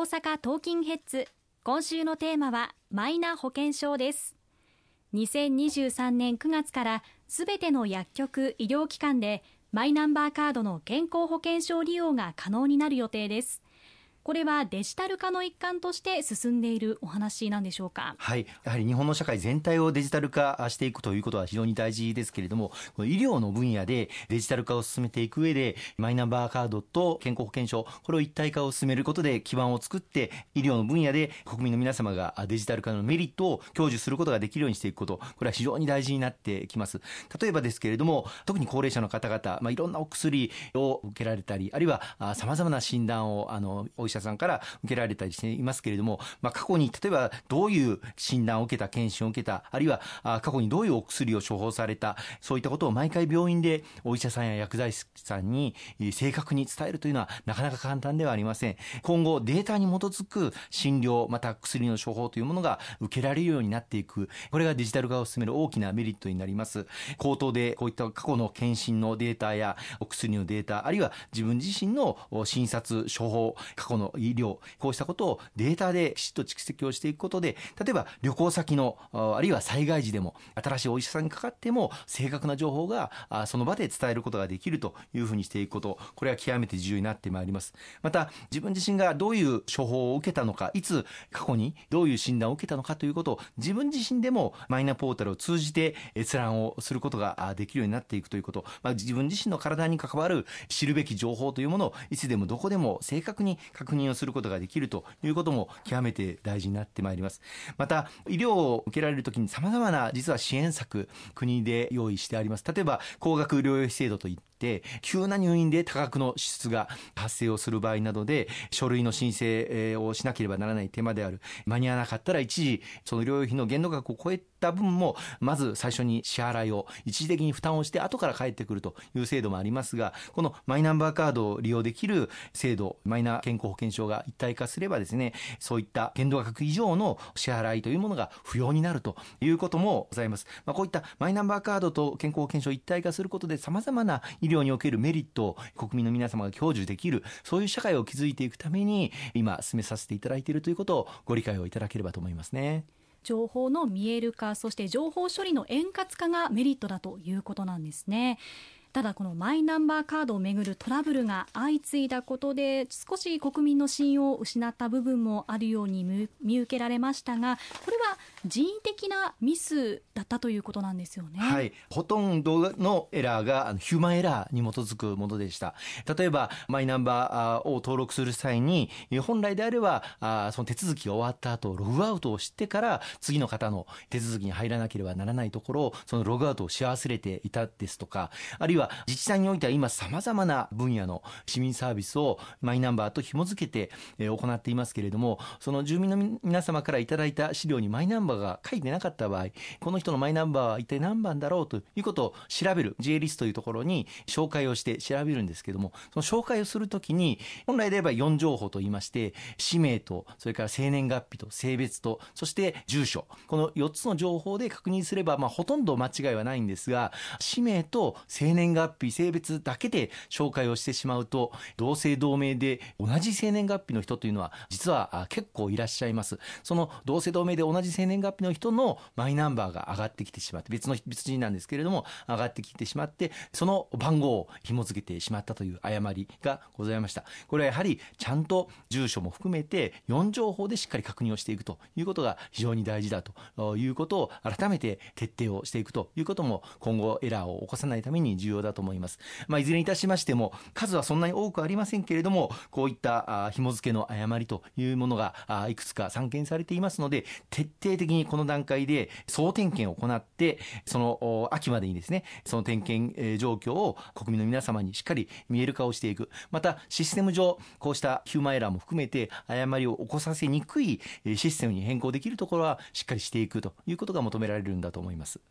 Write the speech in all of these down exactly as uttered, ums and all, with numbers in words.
阪トーキンヘッズ、今週のテーマはマイナ保険証です。にせんにじゅうさんねんくがつからすべての薬局・医療機関でマイナンバーカードの健康保険証利用が可能になる予定です。これはデジタル化の一環として進んでいるお話なんでしょうか。 はい、やはり日本の社会全体をデジタル化していくということは非常に大事ですけれども、医療の分野でデジタル化を進めていく上でマイナンバーカードと健康保険証、これを一体化を進めることで基盤を作って、医療の分野で国民の皆様がデジタル化のメリットを享受することができるようにしていくこと、これは非常に大事になってきます。例えばですけれども、特に高齢者の方々、まあ、いろんなお薬を受けられたり、あるいはさまざまな診断をあのお医者さんから受けられたりしていますけれども、まあ、過去に例えばどういう診断を受けた、検診を受けた、あるいは過去にどういうお薬を処方された、そういったことを毎回病院でお医者さんや薬剤師さんに正確に伝えるというのはなかなか簡単ではありません。今後データに基づく診療、また薬の処方というものが受けられるようになっていく、これがデジタル化を進める大きなメリットになります。口頭でこういった過去の検診のデータやお薬のデータ、あるいは自分自身の診察、処方、過去の医療、こうしたことをデータできちっと蓄積をしていくことで、例えば旅行先のあるいは災害時でも新しいお医者さんにかかっても正確な情報がその場で伝えることができるというふうにしていくこと、これは極めて重要になってまいります。また自分自身がどういう処方を受けたのか、いつ過去にどういう診断を受けたのかということを自分自身でもマイナポータルを通じて閲覧をすることができるようになっていくということ、まあ、自分自身の体に関わる知るべき情報というものをいつでもどこでも正確に確認をすることができるということも極めて大事になってまいります。また医療を受けられるときに様々な実は支援策、国で用意してあります。例えば高額療養費制度といって急な入院で多額の支出が発生をする場合などで書類の申請をしなければならない手間である、間に合わなかったら一時その療養費の限度額を超えた分もまず最初に支払いを一時的に負担をして後から返ってくるという制度もありますが、このマイナンバーカードを利用できる制度、マイナ健康保険証が一体化すればですね、そういった限度額以上の支払いというものが不要になるということもございます。まあ、こういったマイナンバーカードと健康保険証を一体化することで様々な医療におけるメリットを国民の皆様が享受できる、そういう社会を築いていくために今進めさせていただいているということをご理解をいただければと思いますね。 情報の見える化、そして情報処理の円滑化がメリットだということなんですね。ただこのマイナンバーカードをめぐるトラブルが相次いだことで少し国民の信用を失った部分もあるように見受けられましたが、これは人為的なミスだったということなんですよね。 はい、ほとんどのエラーがヒューマンエラーに基づくものでした。例えばマイナンバーを登録する際に本来であればその手続きが終わった後ログアウトをしてから次の方の手続きに入らなければならないところをそのログアウトをし忘れていたですとか、あるいは自治体においては今さまざまな分野の市民サービスをマイナンバーと紐付けて行っていますけれども、その住民の皆様からいただいた資料にマイナンバーが書いてなかった場合、この人のマイナンバーは一体何番だろうということを調べる ジェイリストというところに照会をして調べるんですけども、その照会をするときに本来であればよん情報といいまして、氏名とそれから生年月日と性別とそして住所、このよっつの情報で確認すれば、まあ、ほとんど間違いはないんですが、氏名と生年月日、性別だけで照会をしてしまうと同姓同名で同じ生年月日の人というのは実は結構いらっしゃいます。その同姓同名で同じ生年月日の人のマイナンバーが上がってきてしまって、別の別人なんですけれども上がってきてしまって、その番号を紐付けてしまったという誤りがございました。これはやはりちゃんと住所も含めてよん情報でしっかり確認をしていくということが非常に大事だということを改めて徹底をしていくということも今後エラーを起こさないために重要だと思います。まあ、いずれにいたしましても数はそんなに多くありませんけれども、こういった紐付けの誤りというものがいくつか散見されていますので、徹底的にこの段階で総点検を行って、その秋までにですね、その点検状況を国民の皆様にしっかり見える化をしていく。またシステム上こうしたヒューマンエラーも含めて誤りを起こさせにくいシステムに変更できるところはしっかりしていくということが求められるんだと思います。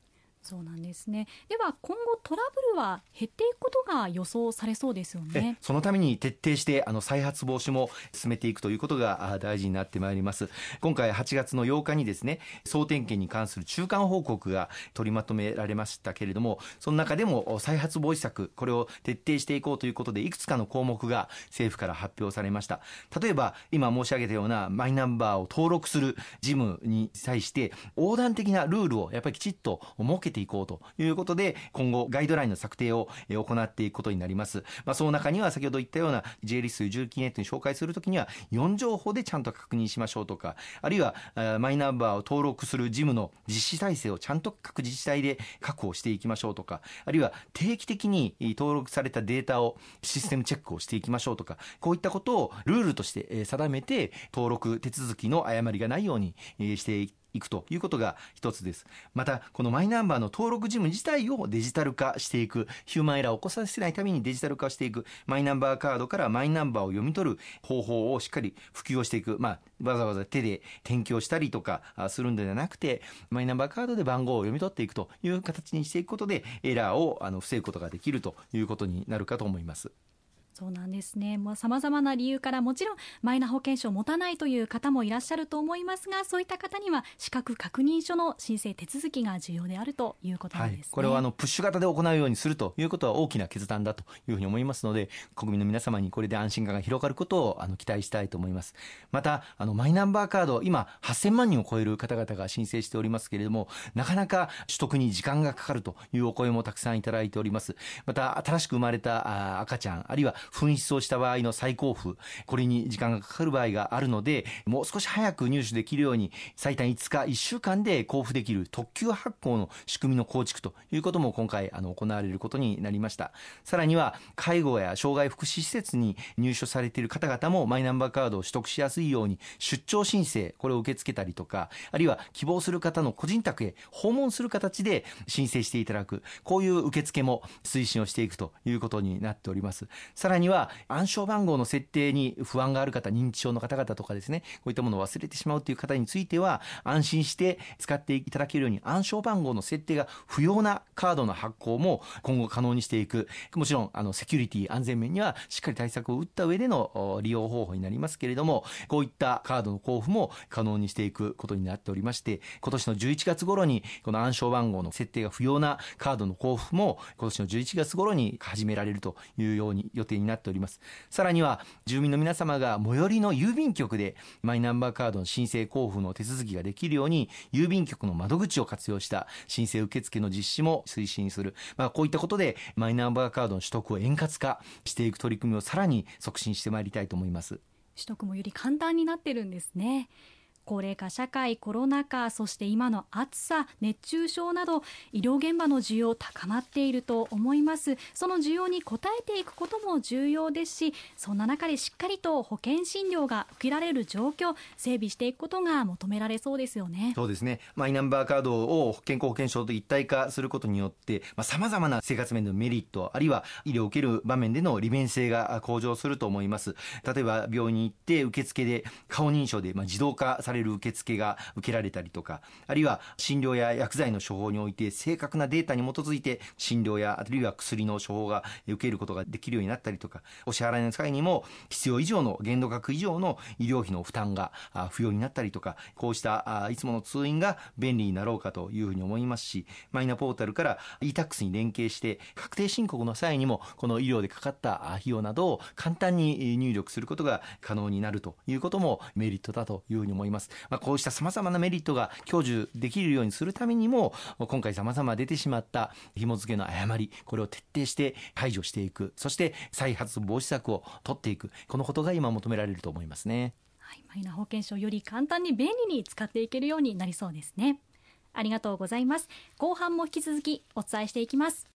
そうなんですね。では今後トラブルは減っていくことが予想されそうですよね。 そのために徹底してあの再発防止も進めていくということが大事になってまいります。今回はちがつのようかにですね、総点検に関する中間報告が取りまとめられましたけれども、その中でも再発防止策、これを徹底していこうということでいくつかの項目が政府から発表されました。例えば今申し上げたようなマイナンバーを登録する事務に際して横断的なルールをやっぱりきちっと設けていこうということで、今後ガイドラインの策定を行っていくことになります。まあ、その中には先ほど言ったような J リス重機ネットに紹介するときにはよん情報でちゃんと確認しましょうとか、あるいはマイナンバーを登録する事務の実施体制をちゃんと各自治体で確保していきましょうとか、あるいは定期的に登録されたデータをシステムチェックをしていきましょうとか、こういったことをルールとして定めて登録手続きの誤りがないようにしていきいくということが一つです。またこのマイナンバーの登録事務自体をデジタル化していく、ヒューマンエラーを起こさせないためにデジタル化していく、マイナンバーカードからマイナンバーを読み取る方法をしっかり普及をしていく、まあ、わざわざ手で転記をしたりとかするんではなくて、マイナンバーカードで番号を読み取っていくという形にしていくことでエラーをあの防ぐことができるということになるかと思います。 そうなんですね。さまざまな理由からもちろんマイナ保険証を持たないという方もいらっしゃると思いますが、そういった方には資格確認書の申請手続きが重要であるということなんですね。はい、 これをあのプッシュ型で行うようにするということは大きな決断だというふうに思いますので、国民の皆様にこれで安心感が広がることをあの期待したいと思います。またあのマイナンバーカード、今はっせんまんにんを超える方々が申請しておりますけれども、なかなか取得に時間がかかるというお声もたくさんいただいております。また新しく生まれた赤ちゃん、あるいは紛失をした場合の再交付、これに時間がかかる場合があるので、もう少し早く入手できるように最短いつかいっしゅうかんで交付できる特急発行の仕組みの構築ということも今回あの行われることになりました。さらには介護や障害福祉施設に入所されている方々もマイナンバーカードを取得しやすいように出張申請、これを受け付けたりとか、あるいは希望する方の個人宅へ訪問する形で申請していただく、こういう受付も推進をしていくということになっております。さらには暗証番号の設定に不安がある方、認知症の方々とかですね、こういったものを忘れてしまうという方については安心して使っていただけるように暗証番号の設定が不要なカードの発行も今後可能にしていく。もちろんあのセキュリティ安全面にはしっかり対策を打った上での利用方法になりますけれども、こういったカードの交付も可能にしていくことになっておりまして、今年のじゅういちがつ頃にこの暗証番号の設定が不要なカードの交付も今年のじゅういちがつ頃に始められるというように予定になっております。さらには住民の皆様が最寄りの郵便局でマイナンバーカードの申請交付の手続きができるように郵便局の窓口を活用した申請受付の実施も推進する、まあ、こういったことでマイナンバーカードの取得を円滑化していく取り組みをさらに促進してまいりたいと思います。 取得もより簡単になってるんですね。高齢化社会、コロナ禍、そして今の暑さ、熱中症など医療現場の需要高まっていると思います。その需要に応えていくことも重要ですし、そんな中でしっかりと保険診療が受けられる状況整備していくことが求められそうですよね。 そうですね。マイナンバーカードを健康保険証と一体化することによってさまざ、まな生活面でのメリット、あるいは医療を受ける場面での利便性が向上すると思います。例えば病院に行って受付で顔認証でまあ自動化される受付が受けられたりとか、あるいは診療や薬剤の処方において正確なデータに基づいて診療やあるいは薬の処方が受けることができるようになったりとか、お支払いの際にも必要以上の限度額以上の医療費の負担が不要になったりとか、こうしたいつもの通院が便利になろうかというふうに思いますし、マイナポータルから イータックス に連携して確定申告の際にもこの医療でかかった費用などを簡単に入力することが可能になるということもメリットだというふうに思います。まあ、こうした様々なメリットが享受できるようにするためにも、今回様々出てしまった紐付けの誤り、これを徹底して排除していく、そして再発防止策を取っていく、このことが今求められると思いますね。 はい、マイナ保険証をより簡単に便利に使っていけるようになりそうですね。ありがとうございます。後半も引き続きお伝えしていきます。